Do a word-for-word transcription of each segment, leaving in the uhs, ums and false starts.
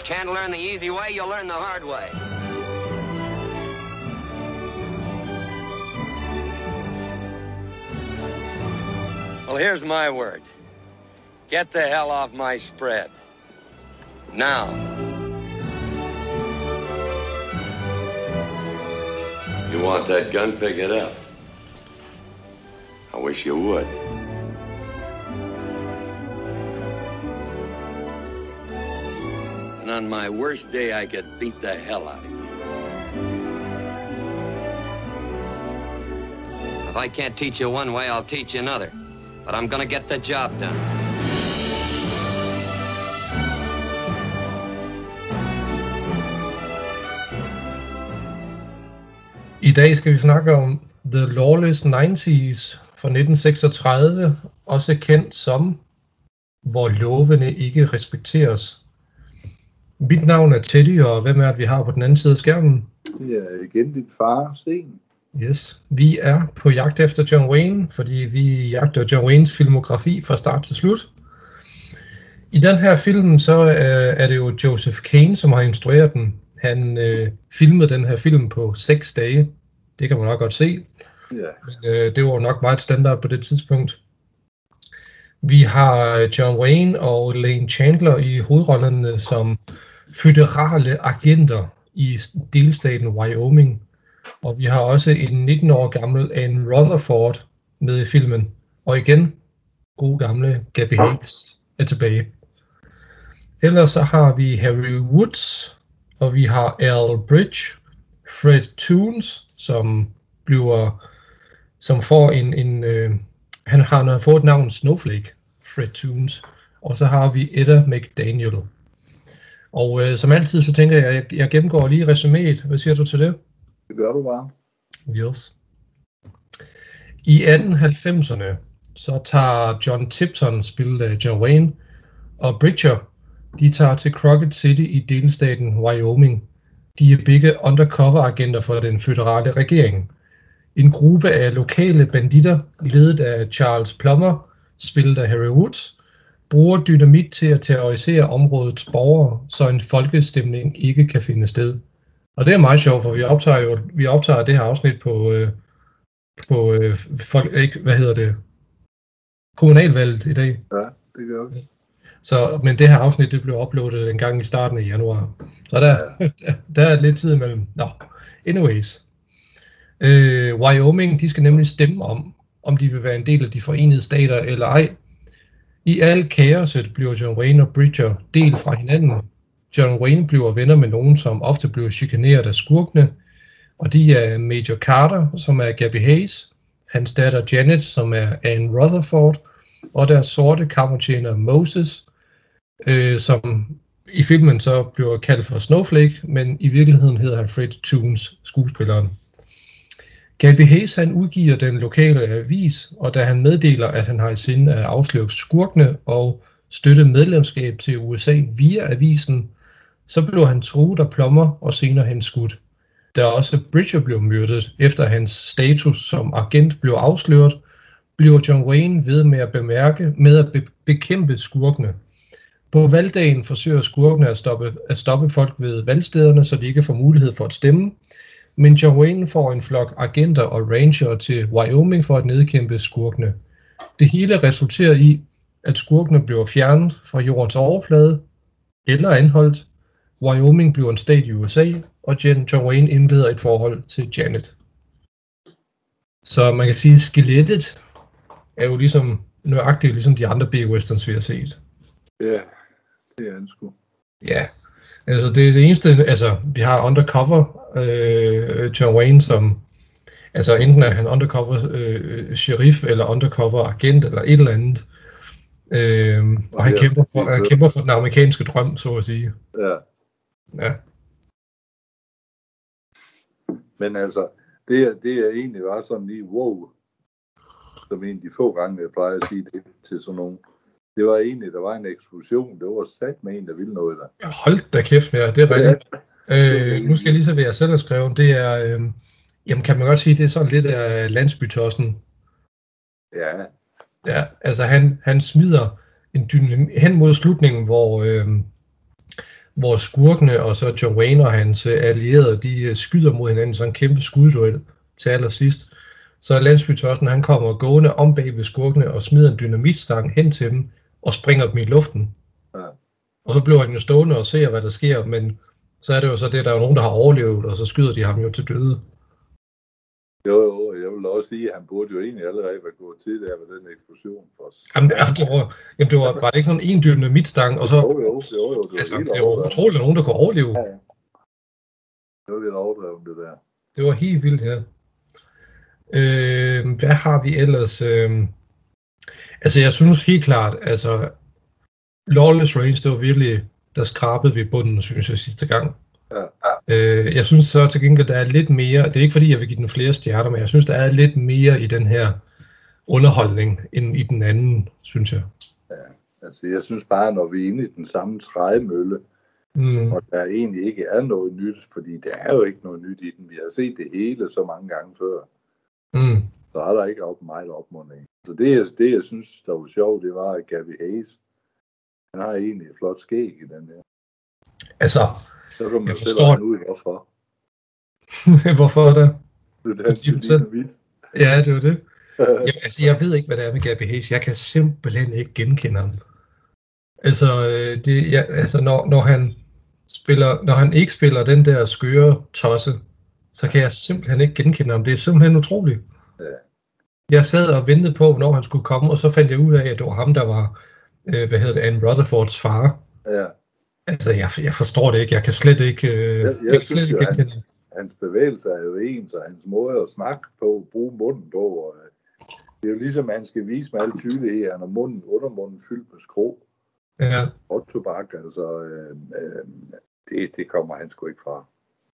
Can't learn the easy way, you'll learn the hard way. Well, here's my word. Get the hell off my spread. Now. You want that gun? Pick it up. I wish you would. And on my worst day, I could beat the hell out of you. If I can't teach you one way, I'll teach you another. But I'm gonna get the job done. I dag skal vi snakke om The Lawless halvfemserne fra nitten seksogtredive, også kendt som Hvor lovene ikke respekteres. Mit navn er Teddy, og hvem er det, vi har på den anden side af skærmen? Det er igen din far, Sten. Yes, vi er på jagt efter John Wayne, fordi vi jagter John Waynes filmografi fra start til slut. I den her film, så øh, er det jo Joseph Kane, som har instrueret den. Han øh, filmede den her film på seks dage. Det kan man nok godt se. Ja. Men øh, det var nok meget standard på det tidspunkt. Vi har John Wayne og Lane Chandler i hovedrollerne som føderale agenter i delstaten Wyoming. Og vi har også en nitten år gammel Anne Rutherford med i filmen. Og igen, god gamle Gabby Hayes er tilbage. Ellers så har vi Harry Woods, og vi har Al Bridge, Fred Toons, som bliver, som får en, en øh, han har fået et navn Snowflake, Fred Toons, og så har vi Etta McDaniel. Og øh, som altid så tænker jeg, jeg, jeg gennemgår lige resuméet. Hvad siger du til det? Det gør du bare. Yes. I atten halvfemserne så tager John Tipton, spillet af John Wayne, og Bridger, de tager til Crockett City i delstaten Wyoming. De er begge undercover-agenter for den føderale regering. En gruppe af lokale banditter, ledet af Charles Plummer, spillet af Harry Woods, bruger dynamit til at terrorisere områdets borgere, så en folkestemning ikke kan finde sted. Og det er meget sjovt, for vi optager jo vi optager det her afsnit på øh, på øh, folk, ikke, hvad hedder det, kommunalvalget i dag. Ja, det gør vi. Så, men det her afsnit, det blev uploadet en gang i starten af januar. Så der, ja. der, der er lidt tid imellem. Nå, anyways. Øh, Wyoming, de skal nemlig stemme om, om de vil være en del af de forenede stater eller ej. I al kaoset bliver John Wayne og Bridger delt fra hinanden. John Wayne bliver venner med nogen, som ofte bliver chikaneret af skurkene. Og de er Major Carter, som er Gabby Hayes, hans datter Janet, som er Anne Rutherford, og deres sorte kammertjener Moses, øh, som i filmen så bliver kaldt for Snowflake, men i virkeligheden hedder han Fred Toons, skuespilleren. Gabby Hayes, han udgiver den lokale avis, og da han meddeler, at han har i sinde at afsløre skurkene og støtte medlemskab til U S A via avisen, så blev han truet af Plummer og senere hen skudt. Da også Bridger blev myrdet, efter hans status som agent blev afsløret, bliver John Wayne ved med at bemærke med at be- bekæmpe skurkene. På valgdagen forsøger skurkene at stoppe, at stoppe folk ved valgstederne, så de ikke får mulighed for at stemme. Men John Wayne får en flok agenter og ranger til Wyoming for at nedkæmpe skurkene. Det hele resulterer i, at skurkene bliver fjernet fra jordens overflade eller anholdt. Wyoming bliver en stat i U S A, og John Wayne indleder et forhold til Janet. Så man kan sige, at skelettet er jo ligesom nøjagtigt ligesom de andre B-westerns, vi har set. Ja, det er en sgu. Ja, altså det er det eneste, altså vi har undercover øh, John Wayne, som, altså enten er han undercover øh, sheriff, eller undercover agent, eller et eller andet. Øh, og han, ja, kæmper for, han kæmper for den amerikanske drøm, så at sige. Ja. Ja. Men altså, det er, det er egentlig bare sådan lige wow, som en af de få gange, jeg plejer at sige det til sådan nogen. Det var egentlig, der var en eksplosion. Det var sat med en, der ville noget der. Hold da kæft, ja, det er rigtigt. Ja. Øh, nu skal jeg lige så være, jeg selv har skrevet, det er, øh, jamen kan man godt sige, det er sådan lidt af landsbytossen. Ja. Ja, altså han, han smider en dynamit hen mod slutningen, hvor, øh, hvor skurkene og så John Wayne og hans allierede, de skyder mod hinanden i sådan en kæmpe skudduel til allersidst. Så landsbytossen, han kommer gående om bag ved skurkene og smider en dynamitstang hen til dem og springer dem i luften. Ja. Og så bliver han jo stående og ser, hvad der sker, men så er det jo så det, der er jo nogen, der har overlevet, og så skyder de ham jo til døde. Jo, jo, jeg vil også sige, at han burde jo egentlig allerede være gået til der med den eksplosion for os. Jamen, det var, jamen, det var, var det ikke sådan en dynamitstang, og så... Jo, jo, jo, jo, det var, altså, det var utroligt, at nogen, der kunne overleve. Ja, ja. Det var lidt overdrevet, det der. Det var helt vildt, ja. Øh, hvad har vi ellers? Øh, altså, jeg synes helt klart, altså, Lawless Range, det var virkelig, der skrabede vi bunden, synes jeg, sidste gang. Ja. Øh, jeg synes så til gengæld, der er lidt mere, det er ikke fordi, jeg vil give den flere stjerner, men jeg synes, der er lidt mere i den her underholdning, end i den anden, synes jeg. Ja, altså jeg synes bare, når vi er inde i den samme træmølle, mm. og der egentlig ikke er noget nyt, fordi der er jo ikke noget nyt i den. Vi har set det hele så mange gange før. Mm. Så er der ikke op meget opmuntring. Så det, det, jeg synes, der var sjovt, det var, at Gabby Hayes, han har egentlig et flot skæg i den her. Altså, så kan man jeg selv forstår... ud, hvorfor. hvorfor er det? Det er den, det er vidt. Ja, det var det. Jamen, altså, jeg ved ikke, hvad det er med Gabby Hayes. Jeg kan simpelthen ikke genkende ham. Altså, det, ja, altså når, når, han spiller, når han ikke spiller den der skøre tosse, så kan jeg simpelthen ikke genkende ham. Det er simpelthen utroligt. Ja. Jeg sad og ventede på, hvornår han skulle komme, og så fandt jeg ud af, at det var ham, der var, øh, hvad hedder det, Anne Rutherfords far. Ja. Altså, jeg, jeg forstår det ikke. Jeg kan slet ikke... Øh, jeg, jeg, jeg synes slet ikke jo, hans, hans bevægelser er jo ens, og hans måde at snakke på, bruge munden på, og det er jo ligesom, at han skal vise med alle tydelighed, at han har munden, undermunden fyldt med skrå. Ja. Og tobak, altså, øh, øh, det, det kommer han sgu ikke fra.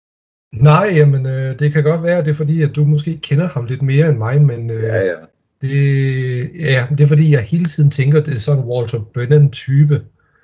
Nej, jamen, øh, det kan godt være, det er fordi, at du måske kender ham lidt mere end mig, men øh, ja, ja. Det, ja, det er fordi, jeg hele tiden tænker, det er sådan en Walter Brennan-type.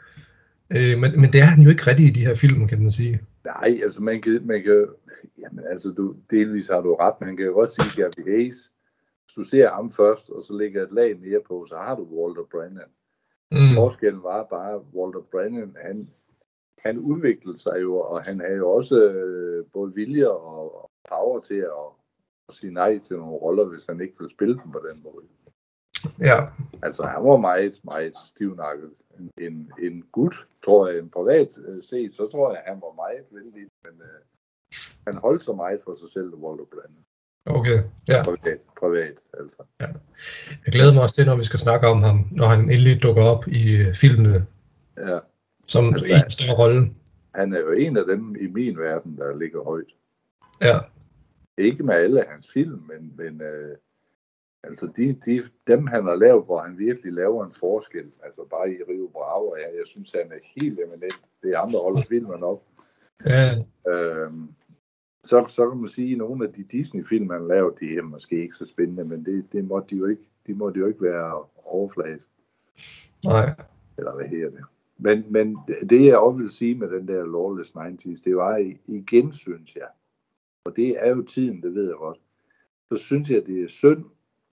Øh, men, men det er han jo ikke rigtig i de her film, kan man sige. Nej, altså man kan, man kan jamen altså du, delvis har du ret, man kan jo godt sige, at Gabby Hayes, hvis du ser ham først, og så lægger et lag mere på, så har du Walter Brennan. Mm. Forskellen var bare, Walter Brennan, han, han udviklede sig jo, og han havde jo også øh, både vilje og, og power til at, at sige nej til nogle roller, hvis han ikke ville spille dem på den måde. Ja. Altså han var meget, meget stivnakket. En, en, en gut, tror jeg, en privat øh, set, så tror jeg, at han var meget vældig, men øh, han holdt så meget for sig selv, Walter Brennan. Okay, ja. Privat, privat altså. Ja. Jeg glæder mig også til, når vi skal snakke om ham, når han endelig dukker op i øh, filmene. Ja. Som altså, en større rolle. Han er jo en af dem i min verden, der ligger højt. Ja. Ikke med alle hans film, men, men øh, altså de, de, dem han har lavet, hvor han virkelig laver en forskel, altså bare i Rio Bravo, ja, jeg synes han er helt eminent. Det er andre holder filmen op. Ja. Øhm, så, så kan man sige, at nogle af de Disney-film, han lavede, de er måske ikke så spændende, men det, det måtte de jo ikke, de måtte jo ikke være overfladisk. Nej. Eller hvad hedder det? Men, men det jeg også vil sige med den der Lawless nioghalvfems, det var igen, synes jeg, og det er jo tiden, det ved jeg godt, så synes jeg, det er synd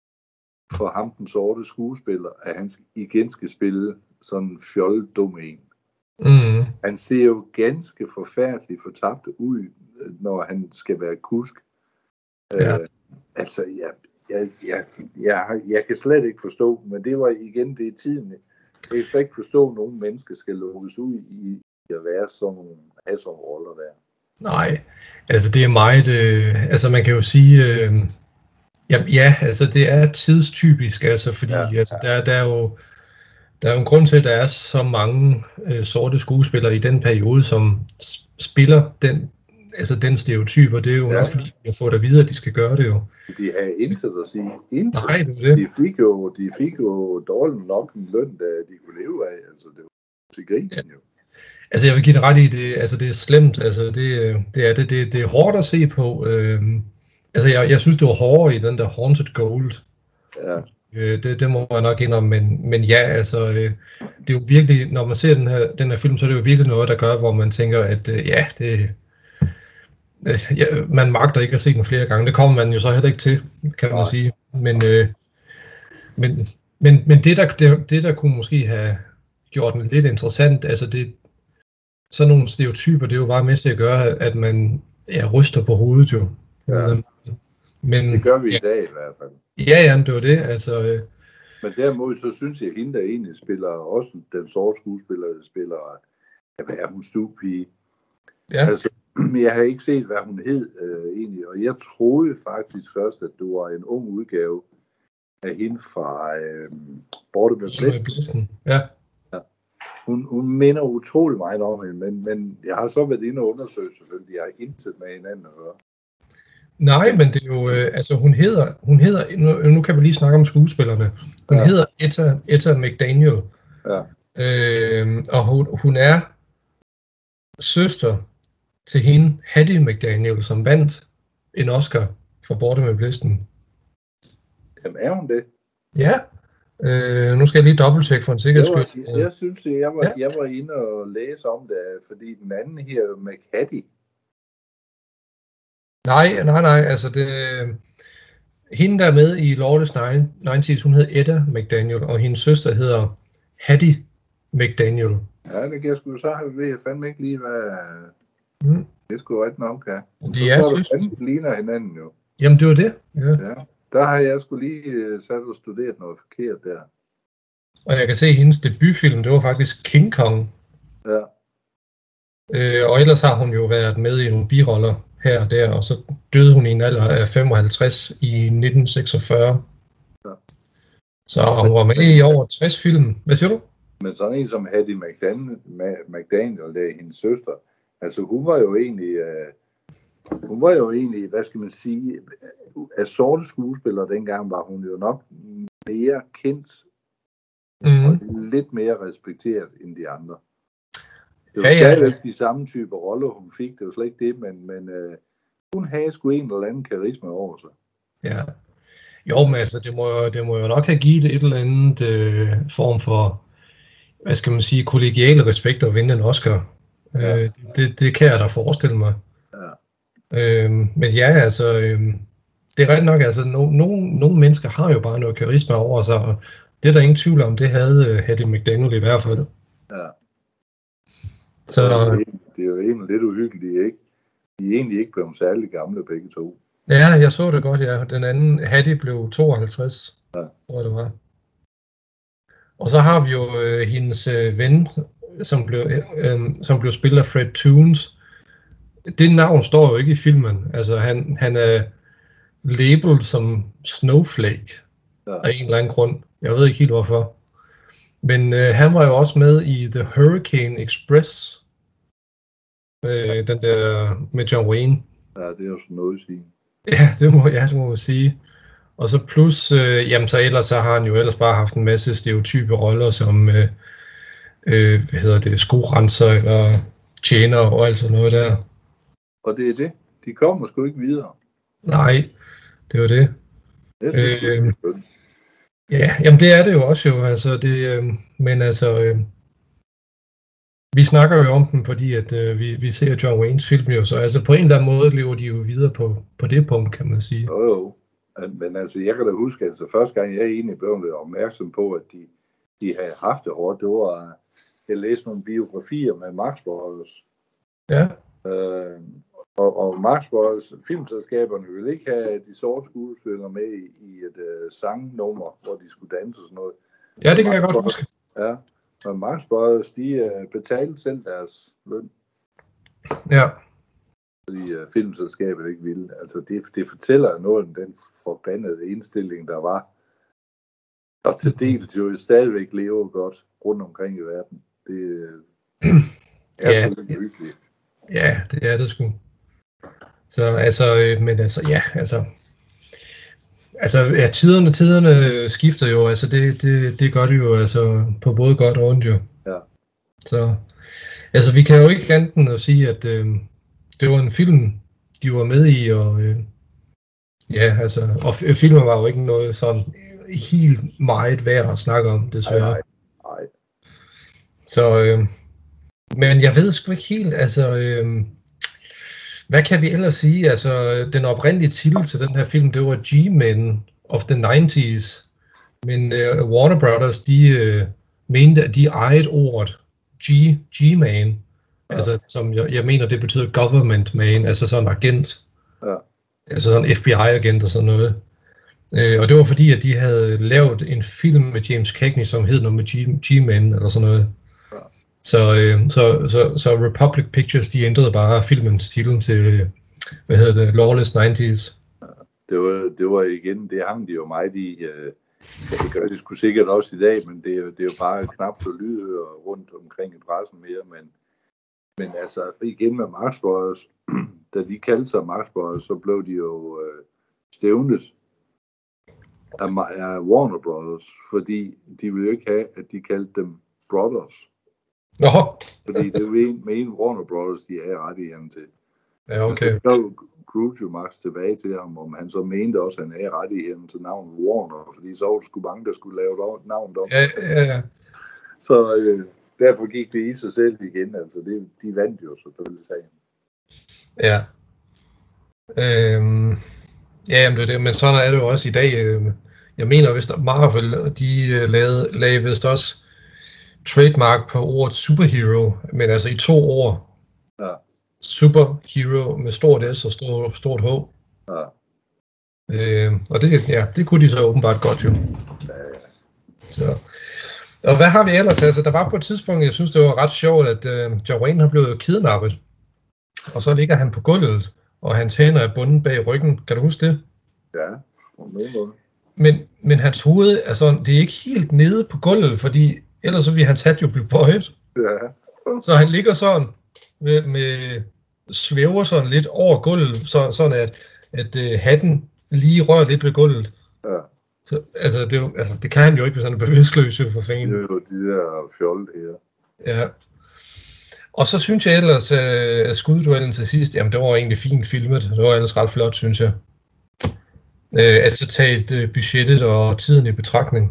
for ham, den sorte skuespiller, at han igen skal spille sådan en fjollet dum en. Mm. Han ser jo ganske forfærdeligt fortabt ud, når han skal være kusk. Ja. Øh, altså, jeg, jeg, jeg, jeg, jeg kan slet ikke forstå, men det var igen det i tiden. Jeg kan slet ikke forstå, at nogle mennesker skal lukkes ud i at være sådan nogle asser-roller der. Nej, altså det er meget, øh, altså man kan jo sige, øh, ja, ja, altså det er tidstypisk, altså fordi ja, ja. Altså, der, der er jo der er jo en grund til, at der er så mange øh, sorte skuespillere i den periode, som spiller den, altså den stereotyp, og det er jo ja. Nok fordi, jeg får det videre, at de skal gøre det jo. De har intet at sige. Intet. Nej, det er det. De fik jo, de fik jo dårligt nok en løn, der de kunne leve af, altså det var til grinen ja. Jo. Altså jeg vil give det ret i, det, altså det er slemt, altså det, det er det, det, det er hårdt at se på. Øhm, altså jeg, jeg synes, det var hårdere i den der Haunted Gold. Ja. Øh, det, det må jeg nok indrømme, men, men ja, altså øh, det er jo virkelig, når man ser den her, den her film, så er det jo virkelig noget, der gør, hvor man tænker, at øh, ja, det, øh, ja, man magter ikke at se den flere gange. Det kommer man jo så heller ikke til, kan man Nej. Sige. Men, øh, men, men, men det, der, det, det, der kunne måske have gjort den lidt interessant, altså det, sådan nogle stereotyper, det er jo bare med til at gøre, at man ja, ryster på hovedet jo. Ja. Men, det gør vi ja, i dag i hvert fald. Ja, jamen det var det. Altså, øh... Men derimod så synes jeg, at hende der egentlig spiller, også den sorte skuespiller, der spiller, hvad er hun, stuepige. Ja. Altså, jeg har ikke set, hvad hun hed øh, egentlig, og jeg troede faktisk først, at du var en ung udgave af hende fra øh, Borte med Blæsten. Ja. Ja. Hun, hun minder utrolig meget om hende, men, men jeg har så været inde og undersøgt selvfølgelig, jeg har intet med hinanden at gøre. Nej, men det er jo, øh, altså hun hedder, hun hedder nu, nu kan vi lige snakke om skuespillerne. Hun ja. hedder Etta, Etta McDaniel. Ja. Øh, og hun, hun er søster til hende, Hattie McDaniel, som vandt en Oscar for Borte med Blæsten. Jamen er hun det? Ja. Øh, nu skal jeg lige dobbelttjekke for en sikkerheds skyld. Jeg, jeg synes, jeg var, ja. jeg var inde og læse om det, fordi den anden her er McHattie. Nej, nej, nej, altså det, hende der er med i Lawless nineties, hun hedder Etta McDaniel, og hendes søster hedder Hattie McDaniel. Ja, det kan jeg sgu så have ved, jeg fandme ikke lige, hvad mm. det skulle ret nok have. De så er tror søster. du, fandme ligner hinanden jo. Jamen, det var det, ja. ja. Der har jeg sgu lige sat og studeret noget forkert der. Og jeg kan se, at hendes debutfilm, det var faktisk King Kong. Ja. Øh, og ellers har hun jo været med i nogle biroller her og der, og så døde hun i en alder af femoghalvtreds i nitten seksogfyrre. Ja. Så hun var med i over tres film. Hvad siger du? Men sådan en som Hattie McDaniel, McDaniel der, hendes søster, altså hun var jo egentlig, øh, hun var jo egentlig, hvad skal man sige, af sorte skuespillere dengang var hun jo nok mere kendt mm. og lidt mere respekteret end de andre. Det var ja, stadigvæk ja. de samme typer roller, hun fik. Det var slet ikke det, men, men øh, hun havde sgu en eller anden karisma over sig. Ja. Jo, men altså, det må jo, det må jo nok have givet et eller andet øh, form for, hvad skal man sige, kollegial respekt at vinde en Oscar. Ja. Øh, det, det kan jeg da forestille mig. Ja. Øh, men ja, altså, øh, det er ret nok, altså, no, no, nogle mennesker har jo bare noget karisma over sig, og det er der ingen tvivl om, det havde uh, Hattie McDaniel i hvert fald. Ja. Så, det er jo egentlig lidt uhyggeligt, ikke? De er egentlig ikke blevet særlig gamle begge to. Ja, jeg så det godt, ja. Den anden, Hattie, blev tooghalvtreds, ja. Tror jeg det var. Og så har vi jo øh, hendes øh, ven, som blev, øh, som blev spillet af Fred Toons. Det navn står jo ikke i filmen. Altså, han, han er labeled som Snowflake, ja. Af en eller anden grund. Jeg ved ikke helt hvorfor. Men øh, han var jo også med i The Hurricane Express. Øh, den der med John Wayne. Ja, det er jo sådan noget at sige. Ja, det må, ja, det må man sige. Og så plus, øh, jamen så ellers så har han jo ellers bare haft en masse stereotype roller, som, øh, øh, hvad hedder det, skorenser eller tjener og alt sådan noget der. Og det er det. De kommer sgu ikke videre. Nej, det var det. Det synes øh, jeg, det ja, jamen det er det jo også jo, altså det, øh, men altså, øh, vi snakker jo om dem, fordi at øh, vi, vi ser John Waynes film jo, så altså på en eller anden måde lever de jo videre på, på det punkt, kan man sige. Jo jo, men altså jeg kan da huske, altså første gang jeg egentlig blev lidt opmærksom på, at de, de havde haft det hårdt, det var, jeg læste nogle biografier med Marx Brothers. Ja. Øh, og, og Marx Brothers, filmselskaberne ville ikke have de sorte skuespillere med i, i et uh, sangnummer, hvor de skulle danse og sådan noget. Ja, det kan jeg godt huske. Ja, og Marx Brothers, de uh, betalte selv deres løn. Ja. Fordi uh, filmselskabet ikke ville. Altså, det, det fortæller noget om den forbandede indstilling, der var. Og til dels jo stadigvæk lever godt rundt omkring i verden. Det uh, er ja. sgu lidt hyggeligt. Ja, det er det sgu. Så altså, øh, men altså, ja, altså, altså, ja, tiderne, tiderne skifter jo, altså, det, det, det gør det jo, altså, på både godt og ondt jo. Ja. Så, altså, vi kan jo ikke enten at sige, at øh, det var en film, de var med i, og øh, ja, altså, og filmen var jo ikke noget sådan helt meget værd at snakke om, desværre. Nej, nej, nej. Så, øh, men jeg ved sgu ikke helt, altså, øh, hvad kan vi ellers sige? Altså, den oprindelige titel til den her film, det var G-Men of the nineties. Men uh, Warner Brothers, de uh, mente, at de ejede ordet G, G-Man. Altså, som jeg, jeg mener, det betyder government man, altså sådan en agent. Ja. Altså sådan en F B I-agent og sådan noget. Øh, og det var fordi, at de havde lavet en film med James Cagney, som hed noget med G- G-Men eller sådan noget. Ja. Så, øh, så, så, så Republic Pictures, de ændrede bare filmens titel til, hvad hedder det, Lawless nineties. Det var, det var igen, det hang de jo meget i. Øh, det gør de sgu sikkert også i dag, men det er, det er jo bare knap så lydhør rundt omkring i pressen mere. Men, men altså igen med Marx Brothers, da de kaldte sig Marx Brothers, så blev de jo øh, stævnet af, af Warner Brothers, fordi de ville jo ikke have, at de kaldte dem Brothers. Nå. Fordi det var en, med en Warner Brothers, de havde rettigheden til. Ja, okay. Så blev Crucio Max tilbage til ham, om han så mente også, at han havde rettigheden til navnet Warner, fordi så var der sgu mange, der skulle lave navnet om. Ja, ja, ja. Så øh, derfor gik det i sig selv igen, altså det, de vandt jo selvfølgelig sagen. Ja. Øhm, ja, jamen det er det, men sådan er det jo også i dag. Øh, jeg mener, hvis der Marvel, de øh, lavede, lavede vist også trademark på ordet superhero, men altså i to ord. Ja. Superhero med stort S og stort, stort H. Ja. Øh, og det, ja, det kunne de så åbenbart godt jo. Ja, ja. Så. Og hvad har vi ellers? Altså, der var på et tidspunkt, jeg synes, det var ret sjovt, at øh, John Wayne har blevet kidnappet. Og så ligger han på gulvet, og hans hænder er bundet bag ryggen. Kan du huske det? Ja, på nogen måde. Men, men hans hoved er sådan, det er ikke helt nede på gulvet, fordi ellers så vil hans hat jo blive bøjet. Ja. Så han ligger sådan, med, med svæver sådan lidt over gulvet, så, sådan at, at uh, hatten lige rører lidt ved gulvet. Ja. Så, altså, det, er jo, altså, det kan han jo ikke, hvis han er bevidstløs for fanden. Det er jo de der fjolle her. Ja. Og så synes jeg ellers, at skudduellen til sidst, jamen det var egentlig fint filmet. Det var ellers ret flot, synes jeg. Øh, altså taget budgettet og tiden i betragtning.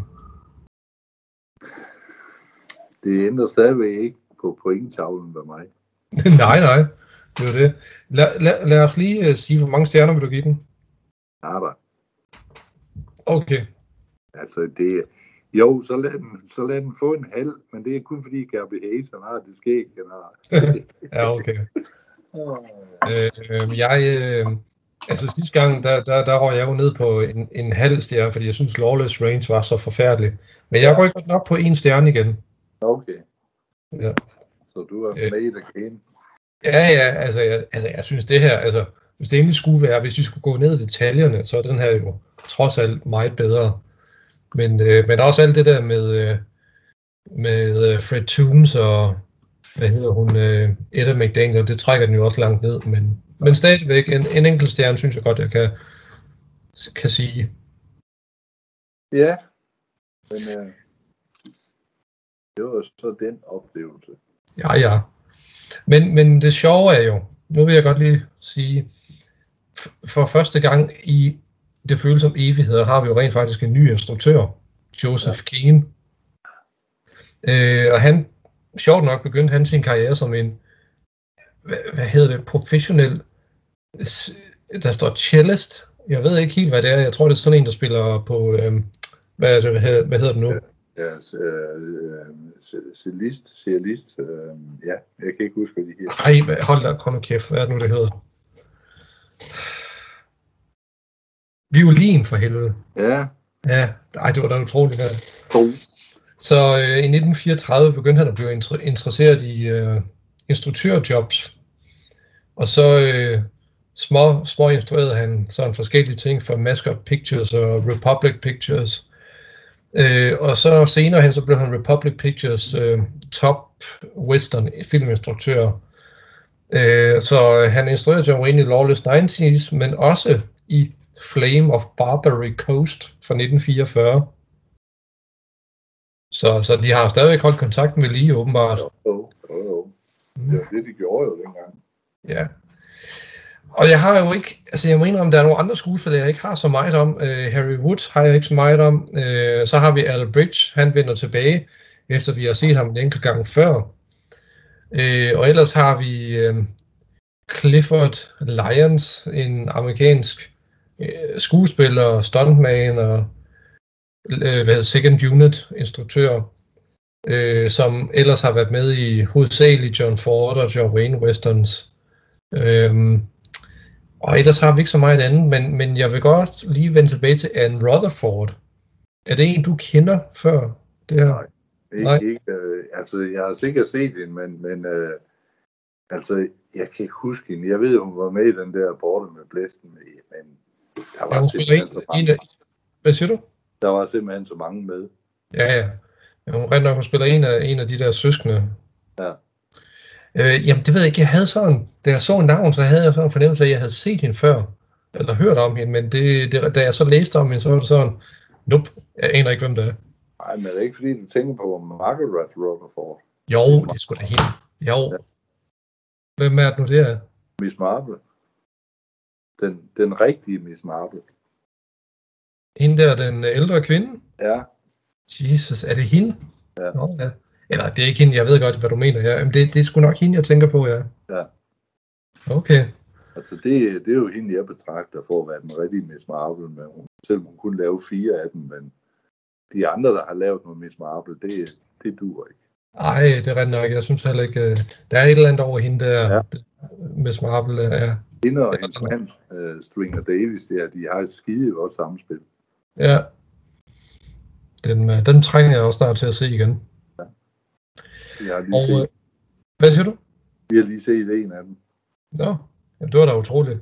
Det ændrer stadigvæk ikke på pointtavlen med mig. nej, nej. Det var det. Lad, lad, lad os lige uh, sige, hvor mange stjerner vil du give den? Ja, da. Okay. Altså, det jo, så lad, den, så lad den få en halv, men det er kun fordi Gabi Hayes, han har det skæg, han har. ja, okay. øh, jeg, øh, altså sidste gang, der, der, der røg jeg jo ned på en, en halv stjerne, fordi jeg synes Lawless Range var så forfærdelig. Men jeg rykker den op på en stjerne igen. Okay. Ja. Så du er med i det game. Ja, ja, altså jeg, altså jeg synes det her, altså hvis det endelig skulle være, hvis vi skulle gå ned i detaljerne, så er den her jo trods alt meget bedre. Men, øh, men også alt det der med, øh, med øh, Fred Toons og, hvad hedder hun, øh, Etta McDaniel, det trækker den jo også langt ned, men, men stadigvæk en, en enkelt stjerne, synes jeg godt, jeg kan, kan sige. Ja, men øh, det var så den oplevelse. Ja, ja. Men, men det sjove er jo, nu vil jeg godt lige sige, for første gang i Det føles som evigheder, har vi jo rent faktisk en ny instruktør, Joseph ja. Keane. Øh, og han, sjovt nok, begyndte han sin karriere som en, hvad, hvad hedder det, professionel, der står cellist. Jeg ved ikke helt, hvad det er. Jeg tror, det er sådan en, der spiller på, øh, hvad, er det, hvad, hedder, hvad hedder det nu? Ja, cellist, cellist, øh, ja, jeg kan ikke huske, hvad de hedder. Ej, hold da, kom nu kæft, hvad er det nu, det hedder? Violin for helvede. Ja. Ja, ej, det var da utroligt. Ja. Oh. Så øh, i nitten fireogtredive begyndte han at blive inter- interesseret i øh, instruktørjobs. Og så øh, små, små instruerede han sådan forskellige ting for Mascot Pictures og Republic Pictures. Øh, og så senere hen så blev han Republic Pictures øh, top western filminstruktør. Øh, så han instruerede John Wayne i Lawless nineties, men også i Flame of Barbary Coast fra nitten fireogfyrre. Så, så de har stadigvæk holdt kontakten ved lige, åbenbart. Jo, jo, jo. Det var det, de gjorde jo dengang. Ja. Og jeg har jo ikke, altså jeg mener, om der er nogle andre skuespillere, jeg ikke har så meget om. Uh, Harry Woods har jeg ikke så meget om. Uh, så har vi Al Bridge, han vender tilbage, efter vi har set ham en enkelt gang før. Uh, og ellers har vi uh, Clifford Lyons, en amerikansk skuespiller, stuntman og hvad hedder, second unit instruktør. øh, som ellers har været med i hovedsageligt John Ford og John Wayne westerns. Øhm, og ellers har vi ikke så meget andet, men, men jeg vil godt lige vende tilbage til Anne Rutherford. Er det en, du kender før det her? Nej, ikke, Nej. ikke øh, altså jeg har sikkert set hende, men, men øh, altså jeg kan ikke huske hende. Jeg ved, hun var med i den der Borte med blæsten, men der var Ja, hun simpelthen spiller så en, mange. en af, hvad siger du? Der var simpelthen så mange med. Ja, ja. Ja, hun rent nok, hun spiller en af, en af de der søskende. Ja. Øh, jamen, det ved jeg ikke. Jeg havde sådan, da jeg så navn, så havde jeg sådan en fornemmelse af, at jeg havde set hende før. Eller hørt om hende, men det, det, da jeg så læste om hende, så var det sådan, nope, jeg aner ikke, hvem det er. Nej, men det er ikke fordi, du tænker på Margaret Rutherford. Jo, det er sgu da hende. Jo. Ja. Hvem er det nu, det er? Miss Marple. Den, den rigtige Miss Marple. Hende der, den ældre kvinde? Ja. Jesus, er det hende? Ja. Nå, ja. Eller det er ikke hende, jeg ved godt, hvad du mener. Ja. Jamen, det, det er sgu nok hende, jeg tænker på, ja. Ja. Okay. Altså det, det er jo hende, jeg betragter for at være den rigtige Miss Marple, men hun, selvom hun kunne lave fire af dem, men de andre, der har lavet noget Miss Marple, det, det duer ikke. Ej, det er ret nok. Jeg synes heller ikke, der er et eller andet over hende der, ja. Miss Marple, ja. Hende og hendes mand, uh, Stringer Davis, der, de har et skide godt samspil. Ja. Den, den trænger jeg også snart til at se igen. Ja. Jeg har lige og, set. Hvad siger du? Vi har lige set en af dem. Nå, ja, det var da utroligt.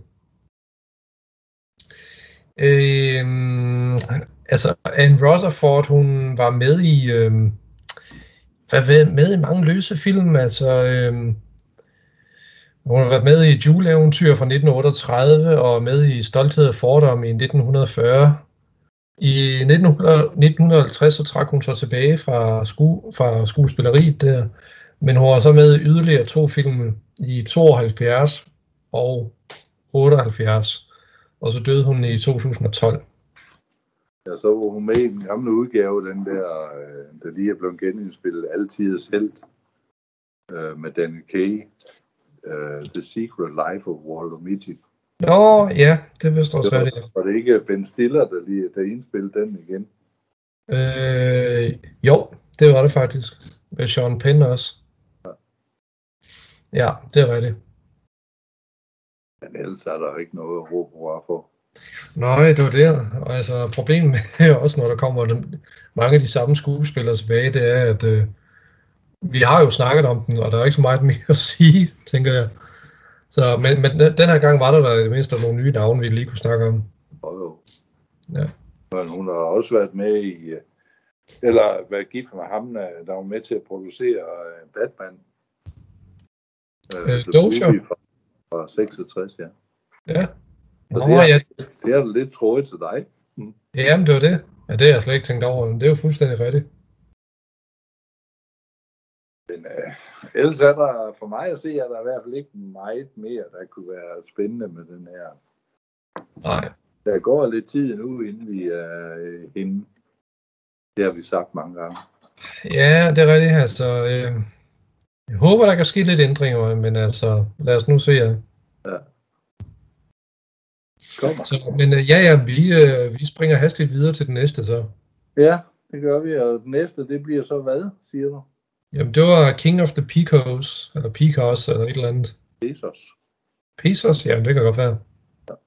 Øhm, altså, Anne Rutherford, hun var med i, øhm, var med i mange løse film, altså, øhm, hun har været med i Juleeventyr fra nitten otteogtredive, og med i Stolthed og Fordom i nitten fyrre. I nitten halvtreds så trak hun sig tilbage fra, sku, fra skuespilleriet der, men hun var så med i yderligere to film i tooghalvfjerds og otteoghalvfjerds, og så døde hun i to tusind og tolv. Ja, så var hun med i den gamle udgave, den der, der lige er blevet genindspillet, Altidets Helt, øh, med Danny Kaye, uh, The Secret Life of Walter Mitty. Nå, ja, det vidste også, hvad det er. Var det ikke Ben Stiller, der lige der indspillede den igen? Øh, jo, det var det faktisk. Med Sean Penn også. Ja, ja det er rigtigt. Men ellers er der jo ikke noget at råbe hurra for. Nej, det var det. Og altså, problemet er også, når der kommer den, mange af de samme skuespillere tilbage, det er, at øh, vi har jo snakket om den, og der er ikke så meget mere at sige, tænker jeg. Så, men, men den her gang var der der i det mindste nogle nye navne, vi lige kunne snakke om. Oh, jo. Ja. Men hun har også været med i, eller været gift med ham, der var med til at producere Batman. Øh, Dozier. Fra, fra seksogtres, ja. Ja. Nå, det, er, ja. det er lidt trådigt til dig. Mm. Jamen, det var det. Ja, det har jeg slet ikke tænkt over, men det er jo fuldstændig rigtigt. Men øh, ellers er der, for mig at se, at der i hvert fald ikke meget mere, der kunne være spændende med den her. Nej. Der går lidt tid nu, inden vi er øh, inde. Det har vi sagt mange gange. Ja, det er rigtigt. Altså, øh, jeg håber, der kan ske lidt ændringer, men altså, lad os nu se. Ja. Ja. Kommer. Så, men øh, ja, ja, vi, øh, vi springer hastigt videre til den næste så. Ja, det gør vi, og den næste, det bliver så hvad, siger du? Jamen, det var King of the Pecos, eller Pecos, eller et eller andet. Pesos. Pesos? Jamen, det kan godt være. Ja,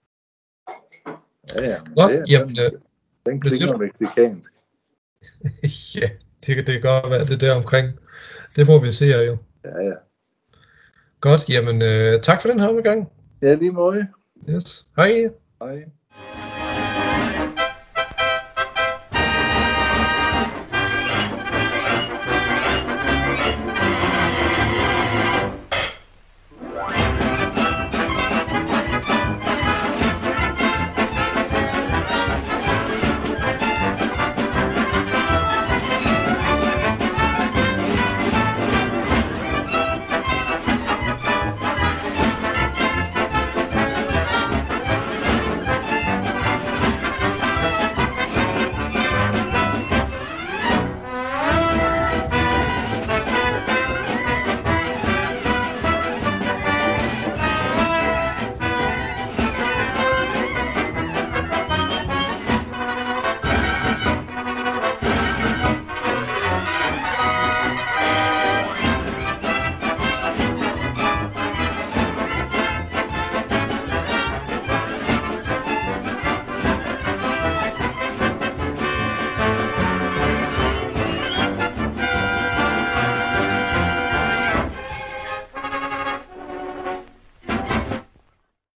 ja, men Nå, det, jamen, den, den klinger mexikansk. Ja, det, det kan godt være, det der omkring. Det må vi se her jo. Ja, ja. Godt, jamen, øh, tak for den her omgang. Ja, lige måde. Yes, hej. Hej.